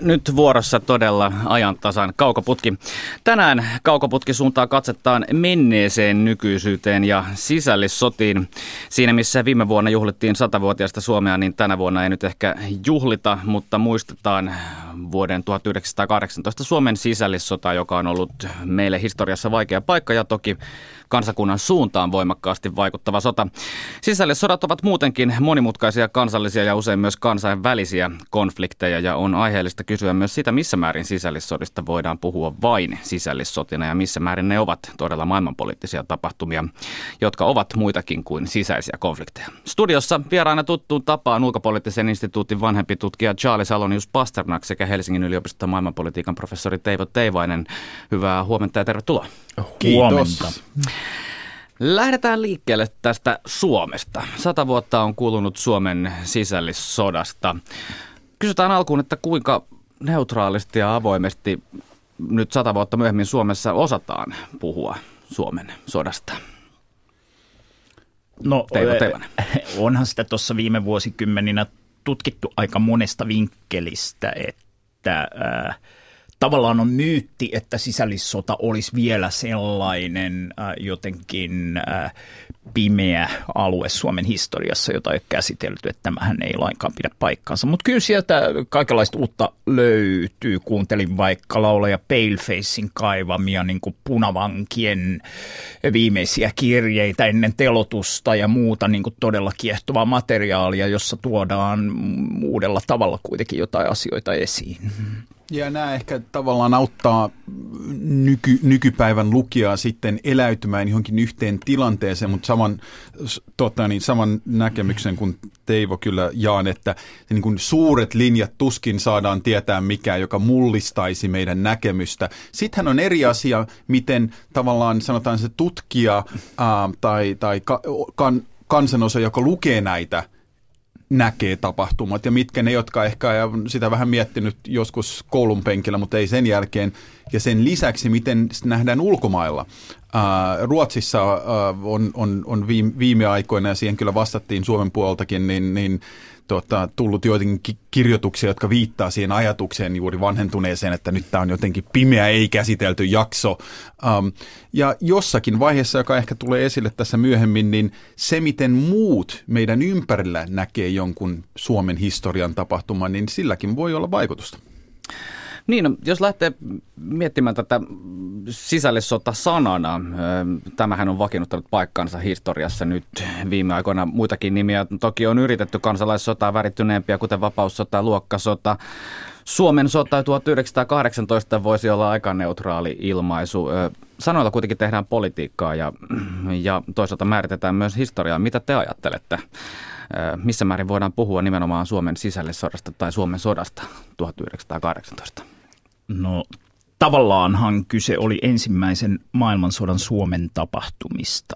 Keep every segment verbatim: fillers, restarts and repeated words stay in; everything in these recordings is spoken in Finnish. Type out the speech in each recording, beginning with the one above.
Nyt vuorossa todella ajantasan Kaukoputki. Tänään Kaukoputki suuntaa katsettaan menneeseen, nykyisyyteen ja sisällissotiin. Siinä missä viime vuonna juhlittiin satavuotiaista Suomea, niin tänä vuonna ei nyt ehkä juhlita, mutta muistetaan vuoden tuhatyhdeksänsataakahdeksantoista Suomen sisällissota, joka on ollut meille historiassa vaikea paikka ja toki kansakunnan suuntaan voimakkaasti vaikuttava sota. Sisällissodat ovat muutenkin monimutkaisia kansallisia ja usein myös kansainvälisiä konflikteja ja on aiheellista kysyä myös sitä, missä määrin sisällissodista voidaan puhua vain sisällissotina ja missä määrin ne ovat todella maailmanpoliittisia tapahtumia, jotka ovat muitakin kuin sisäisiä konflikteja. Studiossa vieraana tuttuun tapaan Ulkopoliittisen instituutin vanhempi tutkija Charles Alonius Pasternak sekä Helsingin yliopiston maailmanpolitiikan professori Teivo Teivainen. Hyvää huomenta ja tervetuloa. Kiitos. Lähdetään liikkeelle tästä Suomesta. Sata vuotta on kulunut Suomen sisällissodasta. Kysytään alkuun, että kuinka neutraalisti ja avoimesti nyt sata vuotta myöhemmin Suomessa osataan puhua Suomen sodasta? No Teivo Teivainen. Onhan sitä tuossa viime vuosikymmeninä tutkittu aika monesta vinkkelistä, että äh, tavallaan on myytti, että sisällissota olisi vielä sellainen äh, jotenkin äh, pimeä alue Suomen historiassa, jota ei ole käsitelty, että tämähän ei lainkaan pidä paikkaansa. Mutta kyllä sieltä kaikenlaista uutta löytyy. Kuuntelin vaikka laulaja Palefacein kaivamia niin kuin punavankien viimeisiä kirjeitä ennen telotusta ja muuta niin kuin todella kiehtovaa materiaalia, jossa tuodaan uudella tavalla kuitenkin jotain asioita esiin. Ja nämä ehkä tavallaan auttaa nyky, nykypäivän lukijaa sitten eläytymään johonkin yhteen tilanteeseen, mutta saman, tota niin, saman näkemyksen kuin Teivo kyllä jaan, että niin kuin suuret linjat tuskin saadaan tietää mikään, joka mullistaisi meidän näkemystä. Sittenhän on eri asia, miten tavallaan sanotaan se tutkija ää, tai, tai ka, kan, kansanosa, joka lukee näitä, näkee tapahtumat ja mitkä ne, jotka ehkä on sitä vähän miettinyt joskus koulun penkillä, mutta ei sen jälkeen. Ja sen lisäksi, miten nähdään ulkomailla. Ää, Ruotsissa ää, on, on, on viime, viime aikoina, ja siihen kyllä vastattiin Suomen puoleltakin, niin, niin tota, tullut joitakin kirjoituksia, jotka viittaa siihen ajatukseen juuri vanhentuneeseen, että nyt tämä on jotenkin pimeä, ei käsitelty jakso. Ähm, ja jossakin vaiheessa, joka ehkä tulee esille tässä myöhemmin, niin se, miten muut meidän ympärillä näkee jonkun Suomen historian tapahtuman, niin silläkin voi olla vaikutusta. Niin, no, jos lähtee miettimään tätä sisällissota-sanana, tämähän on vakiinnuttanut paikkansa historiassa nyt viime aikoina. Muitakin nimiä toki on yritetty kansalaissotaa värittyneempiä, kuten vapaussota ja luokkasota. Suomen sota tuhatyhdeksänsataakahdeksantoista voisi olla aika neutraali ilmaisu. Sanoilla kuitenkin tehdään politiikkaa ja, ja toisaalta määritetään myös historiaa. Mitä te ajattelette? Missä määrin voidaan puhua nimenomaan Suomen sisällissodasta tai Suomen sodasta tuhatyhdeksänsataakahdeksantoista? No tavallaanhan kyse oli ensimmäisen maailmansodan Suomen tapahtumista.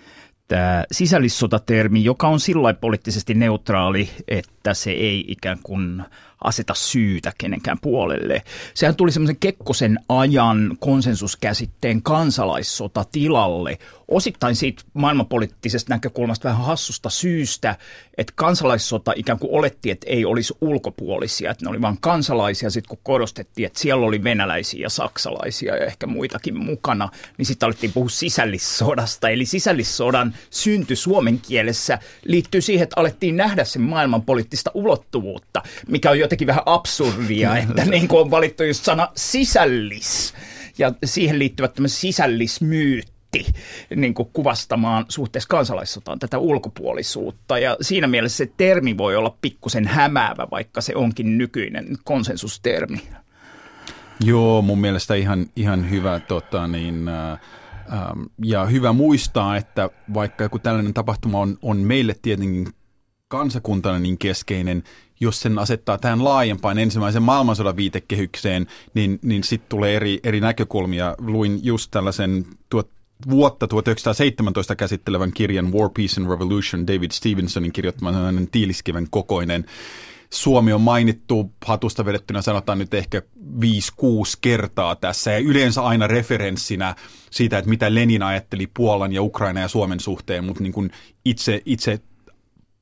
Tämä sisällissotatermi, joka on sillä poliittisesti neutraali, että se ei ikään kuin aseta syytä kenenkään puolelle. Sehän tuli semmoisen Kekkosen ajan konsensuskäsitteen kansalaissota tilalle. Osittain siitä maailmanpoliittisesta näkökulmasta vähän hassusta syystä, että kansalaissota ikään kuin olettiin, että ei olisi ulkopuolisia, että ne oli vain kansalaisia. Sitten kun korostettiin, että siellä oli venäläisiä ja saksalaisia ja ehkä muitakin mukana, niin sitten alettiin puhua sisällissodasta. Eli sisällissodan synty suomen kielessä liittyy siihen, että alettiin nähdä sen maailmanpoliittista ulottuvuutta, mikä on jotenkin vähän absurdia, että niin kuin on valittu just sana sisällis ja siihen liittyvät tämmöinen sisällismyytti niin kuin kuvastamaan suhteessa kansalaissotaan tätä ulkopuolisuutta. Ja siinä mielessä se termi voi olla pikkusen hämäävä, vaikka se onkin nykyinen konsensustermi. Joo, mun mielestä ihan, ihan hyvä tota, niin, äh, ja hyvä muistaa, että vaikka joku tällainen tapahtuma on, on meille tietenkin kansakuntana niin keskeinen, jos sen asettaa tähän laajempaan ensimmäisen maailmansodan viitekehykseen, niin, niin sitten tulee eri, eri näkökulmia. Luin just tällaisen tuot, vuotta tuhatyhdeksänsataaseitsemäntoista käsittelevän kirjan War, Peace and Revolution, David Stevensonin kirjoittama sellainen tiiliskiven kokoinen. Suomi on mainittu hatusta vedettynä sanotaan nyt ehkä viisi kuusi kertaa tässä ja yleensä aina referenssinä siitä, että mitä Lenin ajatteli Puolan ja Ukraina ja Suomen suhteen, mutta niin kuin itse, itse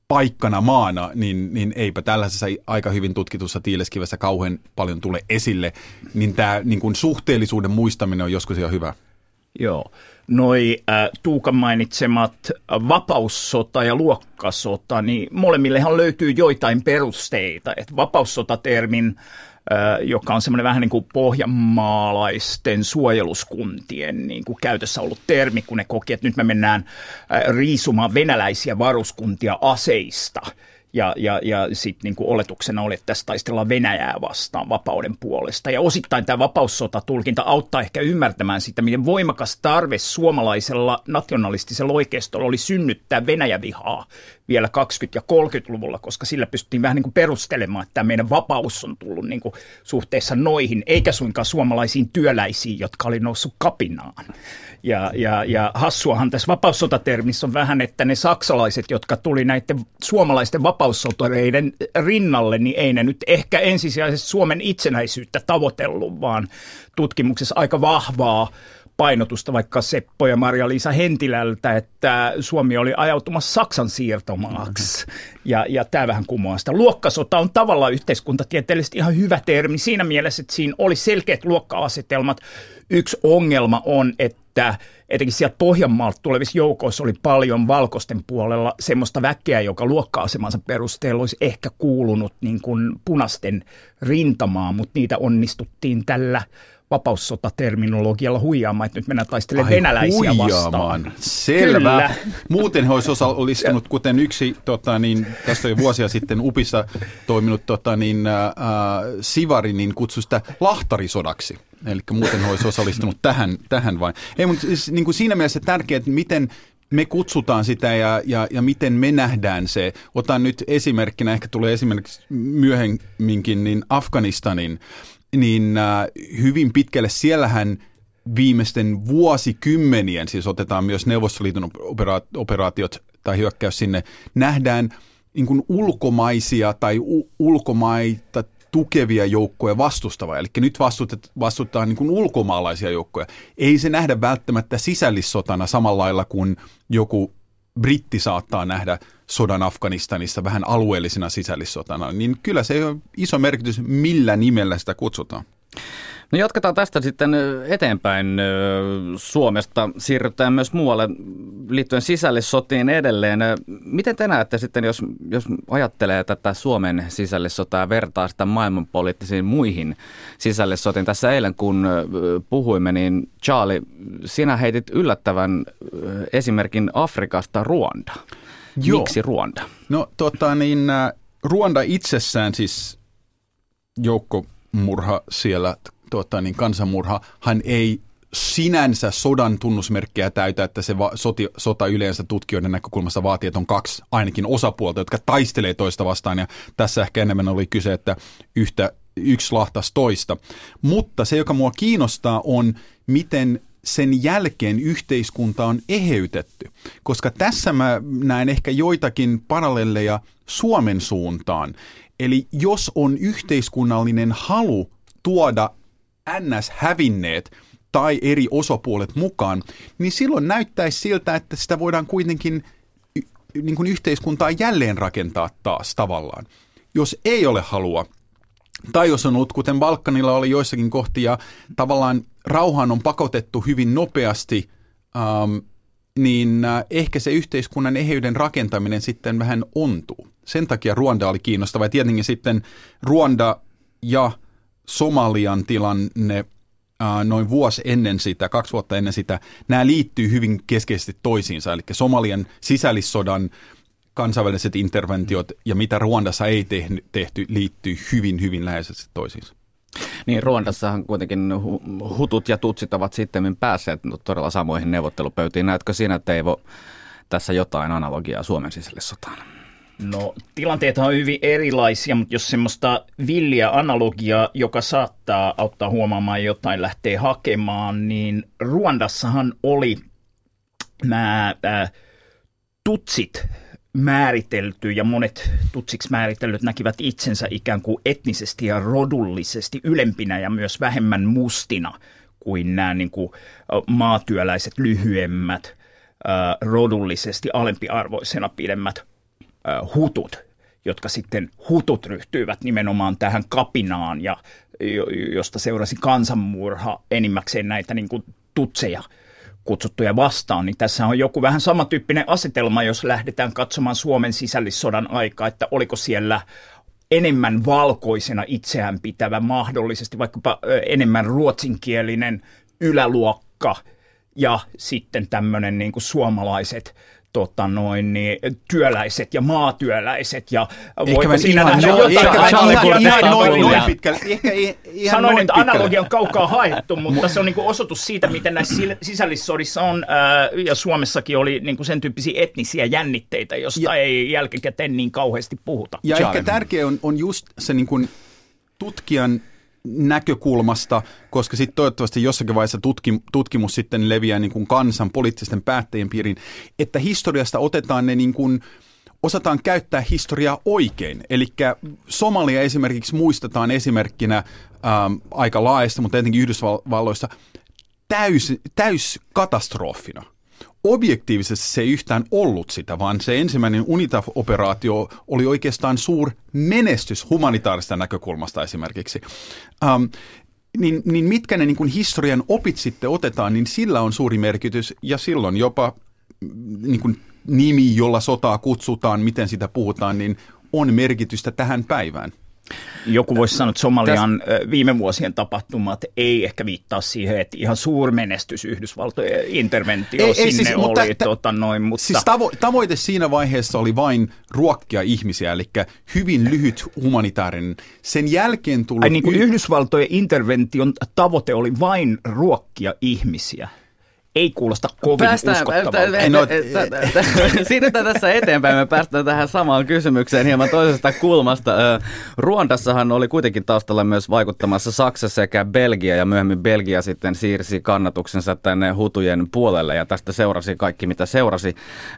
paikkana maana, niin, niin eipä tällaisessa aika hyvin tutkitussa Tiileskivessä kauhean paljon tule esille, niin tämä niin kuin suhteellisuuden muistaminen on joskus ihan hyvä. Joo. Noi äh, Tuukan mainitsemat vapaussota ja luokkasota, niin molemmillehan löytyy joitain perusteita. Et vapaussotatermin, äh, joka on semmoinen vähän niin kuin pohjanmaalaisten suojeluskuntien niin kuin käytössä ollut termi, kun ne koki, että nyt me mennään äh, riisumaan venäläisiä varuskuntia aseista. Ja, ja, ja sitten niin kuin oletuksena oli, että tässä taistellaan Venäjää vastaan vapauden puolesta. Ja osittain tämä vapaussota-tulkinta auttaa ehkä ymmärtämään sitä, miten voimakas tarve suomalaisella nationalistisella oikeistolla oli synnyttää Venäjävihaa vielä kaksikymmentä- ja kolmekymmentäluvulla, koska sillä pystyttiin vähän niin kuin perustelemaan, että tämä meidän vapaus on tullut niin kuin suhteessa noihin, eikä suinkaan suomalaisiin työläisiin, jotka oli noussut kapinaan. Ja, ja, ja hassuahan tässä vapaussotatermissä on vähän, että ne saksalaiset, jotka tuli näiden suomalaisten vapaussotareiden rinnalle, niin ei ne nyt ehkä ensisijaisesti Suomen itsenäisyyttä tavoitellut, vaan tutkimuksessa aika vahvaa painotusta vaikka Seppo ja Maria-Liisa Hentilältä, että Suomi oli ajautumassa Saksan siirtomaaksi. Ja, ja tämä vähän kumoaa sitä. Luokkasota on tavallaan yhteiskuntatieteellisesti ihan hyvä termi siinä mielessä, että siinä oli selkeät luokka-asetelmat. Yksi ongelma on, että etenkin sieltä Pohjanmaalta tulevissa joukoissa oli paljon valkoisten puolella semmoista väkeä, joka luokka-asemansa perusteella olisi ehkä kuulunut niin kuin punaisten rintamaan, mutta niitä onnistuttiin tällä vapaussotaterminologialla huijaamaan, että nyt mennään taistelemaan venäläisiä huijaamaan. vastaan. Selvä. Kyllä. Muuten he olisi osallistunut, kuten yksi, tota, niin, tästä jo vuosia sitten Upissa toiminut tota, niin, äh, Sivari, niin kutsui sitä lahtarisodaksi. Eli muuten he olisi osallistunut tähän, tähän vain. Ei, mutta siis, niin kuin siinä mielessä tärkeää, että miten me kutsutaan sitä ja, ja, ja miten me nähdään se. Otan nyt esimerkkinä, ehkä tulee esimerkiksi myöhemminkin, niin Afganistanin, niin äh, hyvin pitkälle siellähän viimeisten vuosikymmenien, siis otetaan myös Neuvostoliiton operaatiot tai hyökkäys sinne, nähdään niin kuin ulkomaisia tai u- ulkomaita tukevia joukkoja vastustavaa. Eli nyt vastutetaan niin kuin ulkomaalaisia joukkoja. Ei se nähdä välttämättä sisällissotana samalla lailla kuin joku britti saattaa nähdä sodan Afganistanissa vähän alueellisena sisällissotana. Niin kyllä se on iso merkitys, millä nimellä sitä kutsutaan. No jatketaan tästä sitten eteenpäin Suomesta. Siirrytään myös muualle liittyen sisällissotiin edelleen. Miten te näette sitten, jos, jos ajattelee tätä Suomen sisällissotaa ja vertaa sitä maailmanpoliittisiin muihin sisällissotiin? Tässä eilen kun puhuimme, niin Charlie, sinä heitit yllättävän esimerkin Afrikasta, Ruanda. Joo. Miksi Ruanda? No tota niin, Ruanda itsessään siis joukkomurha siellä, Tuota, niin kansanmurhahan ei sinänsä sodan tunnusmerkkejä täytä, että se va- soti, sota yleensä tutkijoiden näkökulmasta vaatii, että on kaksi ainakin osapuolta, jotka taistelee toista vastaan, ja tässä ehkä enemmän oli kyse, että yhtä, yksi lahtas toista. Mutta se, joka mua kiinnostaa, on, miten sen jälkeen yhteiskunta on eheytetty, koska tässä mä näen ehkä joitakin parallelleja Suomen suuntaan. Eli jos on yhteiskunnallinen halu tuoda ns. Hävinneet tai eri osapuolet mukaan, niin silloin näyttäisi siltä, että sitä voidaan kuitenkin niin kuin yhteiskuntaa jälleen rakentaa taas tavallaan. Jos ei ole halua, tai jos on ollut, kuten Balkanilla oli joissakin kohtia, tavallaan rauhaan on pakotettu hyvin nopeasti, ähm, niin äh, ehkä se yhteiskunnan eheyden rakentaminen sitten vähän ontuu. Sen takia Ruanda oli kiinnostava, ja tietenkin sitten Ruanda ja Somalian tilanne ää, noin vuosi ennen sitä, kaksi vuotta ennen sitä, nämä liittyy hyvin keskeisesti toisiinsa. Eli Somalian sisällissodan kansainväliset interventiot ja mitä Ruandassa ei tehty, tehty, liittyy hyvin, hyvin läheisesti toisiinsa. Niin, Ruandassahan kuitenkin hutut ja tutsit ovat sitten päässeet todella samoihin neuvottelupöytiin. Näetkö sinä, Teivo, tässä jotain analogiaa Suomen sisällissotaan? No, tilanteet on hyvin erilaisia, mutta jos semmoista villiä analogiaa, joka saattaa auttaa huomaamaan jotain, lähtee hakemaan, niin Ruandassahan oli nämä ää, tutsit määritelty, ja monet tutsiksi määritellyt näkivät itsensä ikään kuin etnisesti ja rodullisesti ylempinä ja myös vähemmän mustina kuin nämä niin kuin maatyöläiset lyhyemmät, ää, rodullisesti alempiarvoisena pidemmät äh, hutut, jotka sitten hutut ryhtyivät nimenomaan tähän kapinaan, ja josta seurasi kansanmurha enimmäkseen näitä niin kuin tutseja kutsuttuja vastaan, niin tässä on joku vähän samantyyppinen asetelma, jos lähdetään katsomaan Suomen sisällissodan aikaa, että oliko siellä enemmän valkoisena itseään pitävä, mahdollisesti vaikkapa enemmän ruotsinkielinen yläluokka ja sitten tämmöinen niin kuin suomalaiset tota noin, niin, työläiset ja maatyöläiset, ja voiko siinä nähdä jotain? Sanoin, että analogia on kaukaa haettu, mutta se on niin kuin osoitus siitä, miten näissä sisällissodissa on, ää, ja Suomessakin oli niin kuin sen tyyppisiä etnisiä jännitteitä, josta ja, ei jälkikäteen niin kauheasti puhuta. Ja Charlie. Ehkä tärkeä on, on just se niin kuin tutkijan näkökulmasta, koska sitten toivottavasti jossakin vaiheessa tutkim, tutkimus sitten leviää niin kuin kansan, poliittisten päättäjien piiriin, että historiasta otetaan ne niin kuin, osataan käyttää historiaa oikein. Eli Somalia esimerkiksi muistetaan esimerkkinä ähm, aika laajasta, mutta etenkin Yhdysvalloissa täys, täys katastrofina. Objektiivisesti se ei yhtään ollut sitä, vaan se ensimmäinen UNITAF-operaatio oli oikeastaan suur menestys humanitaarista näkökulmasta esimerkiksi. Ähm, niin, niin mitkä ne niin kuin historian opit sitten otetaan, niin sillä on suuri merkitys, ja silloin jopa niin kuin nimi, jolla sotaa kutsutaan, miten sitä puhutaan, niin on merkitystä tähän päivään. Joku voisi sanoa, että Somalian Täs... viime vuosien tapahtumat ei ehkä viittaa siihen, että ihan suurmenestys Yhdysvaltojen interventio ei, sinne ei, siis, oli. Mutta, tota, noin, mutta... Siis tavo- tavoite siinä vaiheessa oli vain ruokkia ihmisiä, eli hyvin lyhyt humanitaarinen. Sen jälkeen tullut... Ai niin kuin y- Yhdysvaltojen intervention tavoite oli vain ruokkia ihmisiä. Ei kuulosta kovin päästään, uskottavalta. No, siirrytään tässä eteenpäin. Me päästään tähän samaan kysymykseen hieman toisesta kulmasta. Ruandassahan oli kuitenkin taustalla myös vaikuttamassa Saksa sekä Belgia, ja myöhemmin Belgia sitten siirsi kannatuksensa tänne hutujen puolelle, ja tästä seurasi kaikki, mitä seurasi.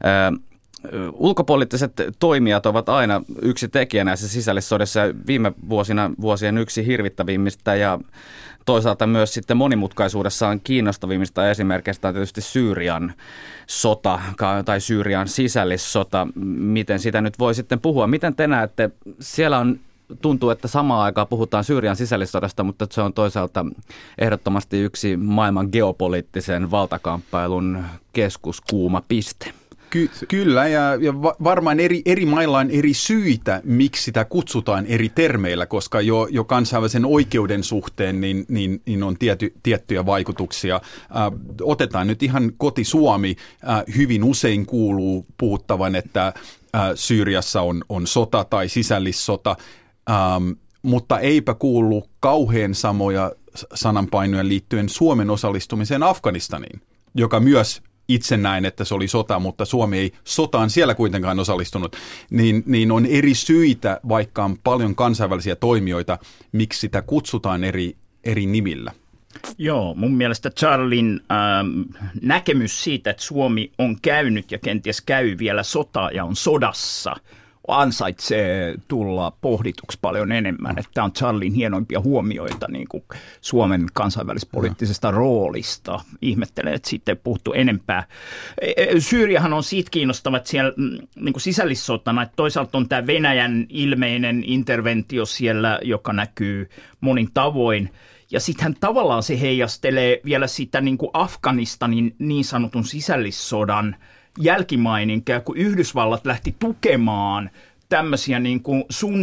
Ulkopoliittiset toimijat ovat aina yksi tekijä näissä sisällissodissa, viime vuosina vuosien yksi hirvittävimmistä ja toisaalta myös sitten monimutkaisuudessaan kiinnostavimmista esimerkkeistä on tietysti Syyrian sota tai Syyrian sisällissota. Miten sitä nyt voi sitten puhua? Miten te näette? Siellä on, tuntuu, että samaan aikaan puhutaan Syyrian sisällissodasta, mutta se on toisaalta ehdottomasti yksi maailman geopoliittisen valtakamppailun keskuskuuma piste. Ky- kyllä, ja, ja va- varmaan eri, eri mailla on eri syitä, miksi sitä kutsutaan eri termeillä, koska jo, jo kansainvälisen oikeuden suhteen niin, niin, niin on tiety, tiettyjä vaikutuksia. Äh, otetaan nyt ihan koti Suomi. Äh, hyvin usein kuuluu puhuttavan, että äh, Syyriassa on, on sota tai sisällissota, ähm, mutta eipä kuulu kauhean samoja sananpainoja liittyen Suomen osallistumiseen Afganistaniin, joka myös itse näin, että se oli sota, mutta Suomi ei sotaan siellä kuitenkaan osallistunut, niin, niin on eri syitä, vaikka on paljon kansainvälisiä toimijoita, miksi sitä kutsutaan eri, eri nimillä. Joo, mun mielestä Charlin ähm, näkemys siitä, että Suomi on käynyt ja kenties käy vielä sotaa ja on sodassa, ansaitsee tulla pohdituksi paljon enemmän. Että tämä on Charlin hienoimpia huomioita niin kuin Suomen kansainvälispoliittisesta roolista. Ihmettelen, että siitä ei puhuttu enempää. Syyriahan on siitä kiinnostava, että siellä niin kuin sisällissotana, että toisaalta on tämä Venäjän ilmeinen interventio siellä, joka näkyy monin tavoin. Ja sittenhän tavallaan se heijastelee vielä sitä niin kuin Afganistanin niin sanotun sisällissodan jälkimaininkia, kun Yhdysvallat lähti tukemaan tämmöisiä niin kuin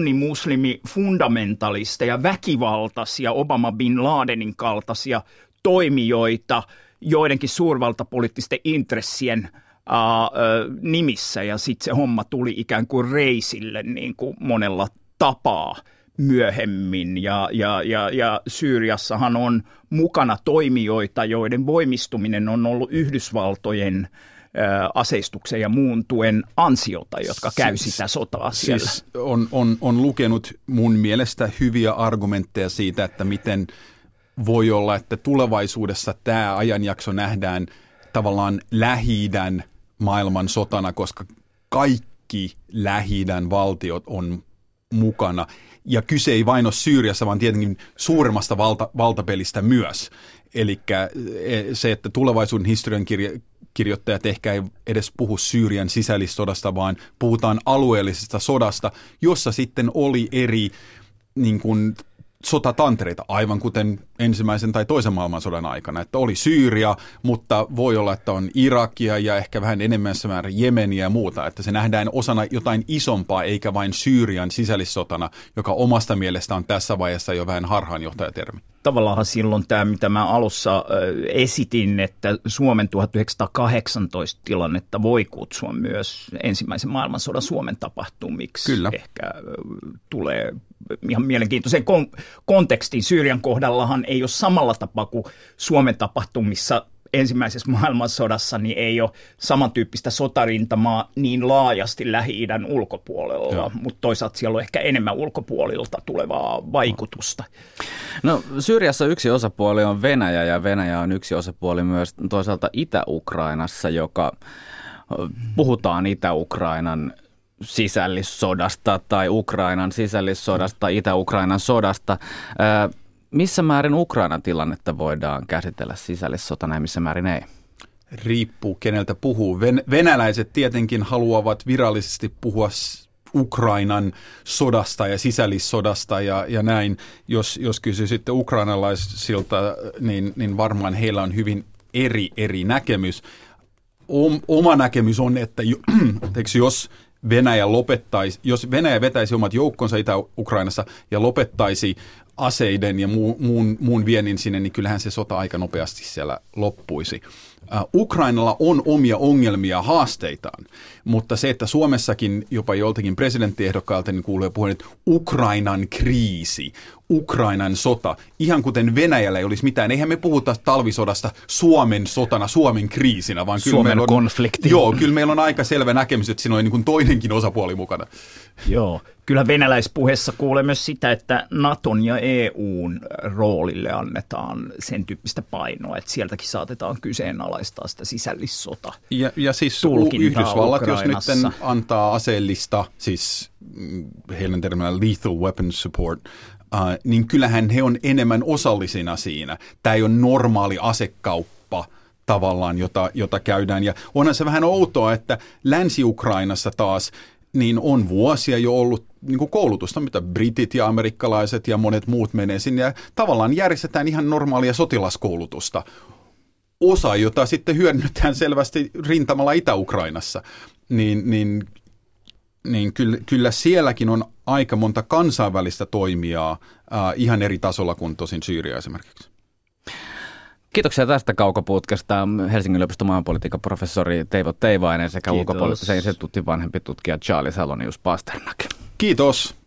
sunni-muslimi-fundamentalisteja, väkivaltaisia Obama bin Ladenin kaltaisia toimijoita joidenkin suurvaltapoliittisten intressien ää, nimissä, ja sitten se homma tuli ikään kuin reisille niin kuin monella tapaa myöhemmin, ja, ja, ja, ja Syyriassahan on mukana toimijoita, joiden voimistuminen on ollut Yhdysvaltojen aseistuksen ja muun tuen ansiota, jotka käy siis, sitä sotaa siellä. Siis on, on, on lukenut mun mielestä hyviä argumentteja siitä, että miten voi olla, että tulevaisuudessa tämä ajanjakso nähdään tavallaan Lähi-idän maailman sotana, koska kaikki Lähi-idän valtiot on mukana. Ja kyse ei vain ole Syyriassa, vaan tietenkin suuremmasta valta, valtapelistä myös. Eli se, että tulevaisuuden historiankirja kirjoittajat ehkä ei edes puhu Syyrian sisällissodasta, vaan puhutaan alueellisesta sodasta, jossa sitten oli eri niin kuin sotatantereita, aivan kuten ensimmäisen tai toisen maailmansodan aikana, että oli Syyria, mutta voi olla, että on Irakia ja ehkä vähän enemmän määrin Jemeniä ja muuta, että se nähdään osana jotain isompaa, eikä vain Syyrian sisällissotana, joka omasta mielestä on tässä vaiheessa jo vähän harhaanjohtajatermi. Tavallaan silloin tämä, mitä mä alussa esitin, että Suomen tuhatyhdeksänsataakahdeksantoista tilannetta voi kutsua myös ensimmäisen maailmansodan Suomen tapahtumiksi. Kyllä. Ehkä tulee ihan mielenkiintoisen kon- kontekstin. Syyrian kohdallahan ei ole samalla tapaa kuin Suomen tapahtumissa ensimmäisessä maailmansodassa, niin ei ole samantyyppistä sotarintamaa niin laajasti Lähi-idän ulkopuolella, mutta toisaalta siellä on ehkä enemmän ulkopuolilta tulevaa vaikutusta. No Syyriassa yksi osapuoli on Venäjä ja Venäjä on yksi osapuoli myös toisaalta Itä-Ukrainassa, joka puhutaan Itä-Ukrainan sisällissodasta tai Ukrainan sisällissodasta, Itä-Ukrainan sodasta. Missä määrin Ukrainan tilannetta voidaan käsitellä sisällissotana ja missä määrin ei? Riippuu keneltä puhuu. Ven- venäläiset tietenkin haluavat virallisesti puhua Ukrainan sodasta ja sisällissodasta ja, ja näin. Jos, jos kysyy sitten ukrainalaisilta, niin, niin varmaan heillä on hyvin eri, eri näkemys. O- oma näkemys on, että jo, jos Venäjä lopettaisi, jos Venäjä vetäisi omat joukkonsa Itä-Ukrainassa ja lopettaisi aseiden ja muu, muun, muun viennin sinne, niin kyllähän se sota aika nopeasti siellä loppuisi. Uh, Ukrainalla on omia ongelmia, haasteitaan, mutta se, että Suomessakin jopa joltakin presidenttiehdokkailta niin kuuluu puhua, että Ukrainan kriisi, Ukrainan sota, ihan kuten Venäjällä ei olisi mitään. Eihän me puhuta talvisodasta Suomen sotana, Suomen kriisinä, vaan kyllä Suomen meillä on, konflikti. Joo, kyllä meillä on aika selvä näkemys, että siinä on niin kuin toinenkin osapuoli mukana. Joo, kyllä venäläispuheessa kuulee myös sitä, että Naton ja E U:n roolille annetaan sen tyyppistä painoa, että sieltäkin saatetaan kyseenalaistaa sitä sisällissota. Ja, ja siis Yhdysvallat, Ukrainassa. Jos nyt antaa aseellista, siis heidän termillä lethal weapons support, uh, niin kyllähän he on enemmän osallisina siinä. Tämä ei ole normaali asekauppa tavallaan, jota, jota käydään. Ja onhan se vähän outoa, että Länsi-Ukrainassa taas niin on vuosia jo ollut niin kuin koulutusta, mitä britit ja amerikkalaiset ja monet muut menee sinne. Ja tavallaan järjestetään ihan normaalia sotilaskoulutusta. Osa, jota sitten hyödynnetään selvästi rintamalla Itä-Ukrainassa, niin, niin, niin kyllä, kyllä sielläkin on aika monta kansainvälistä toimijaa äh, ihan eri tasolla kuin tosin Syyria esimerkiksi. Kiitoksia tästä Kaukoputkesta Helsingin yliopiston maanpolitiikan professori Teivo Teivainen sekä ulkopoliittisen instituutin vanhempi tutkija Charlie Salonius Pasternak. Kiitos.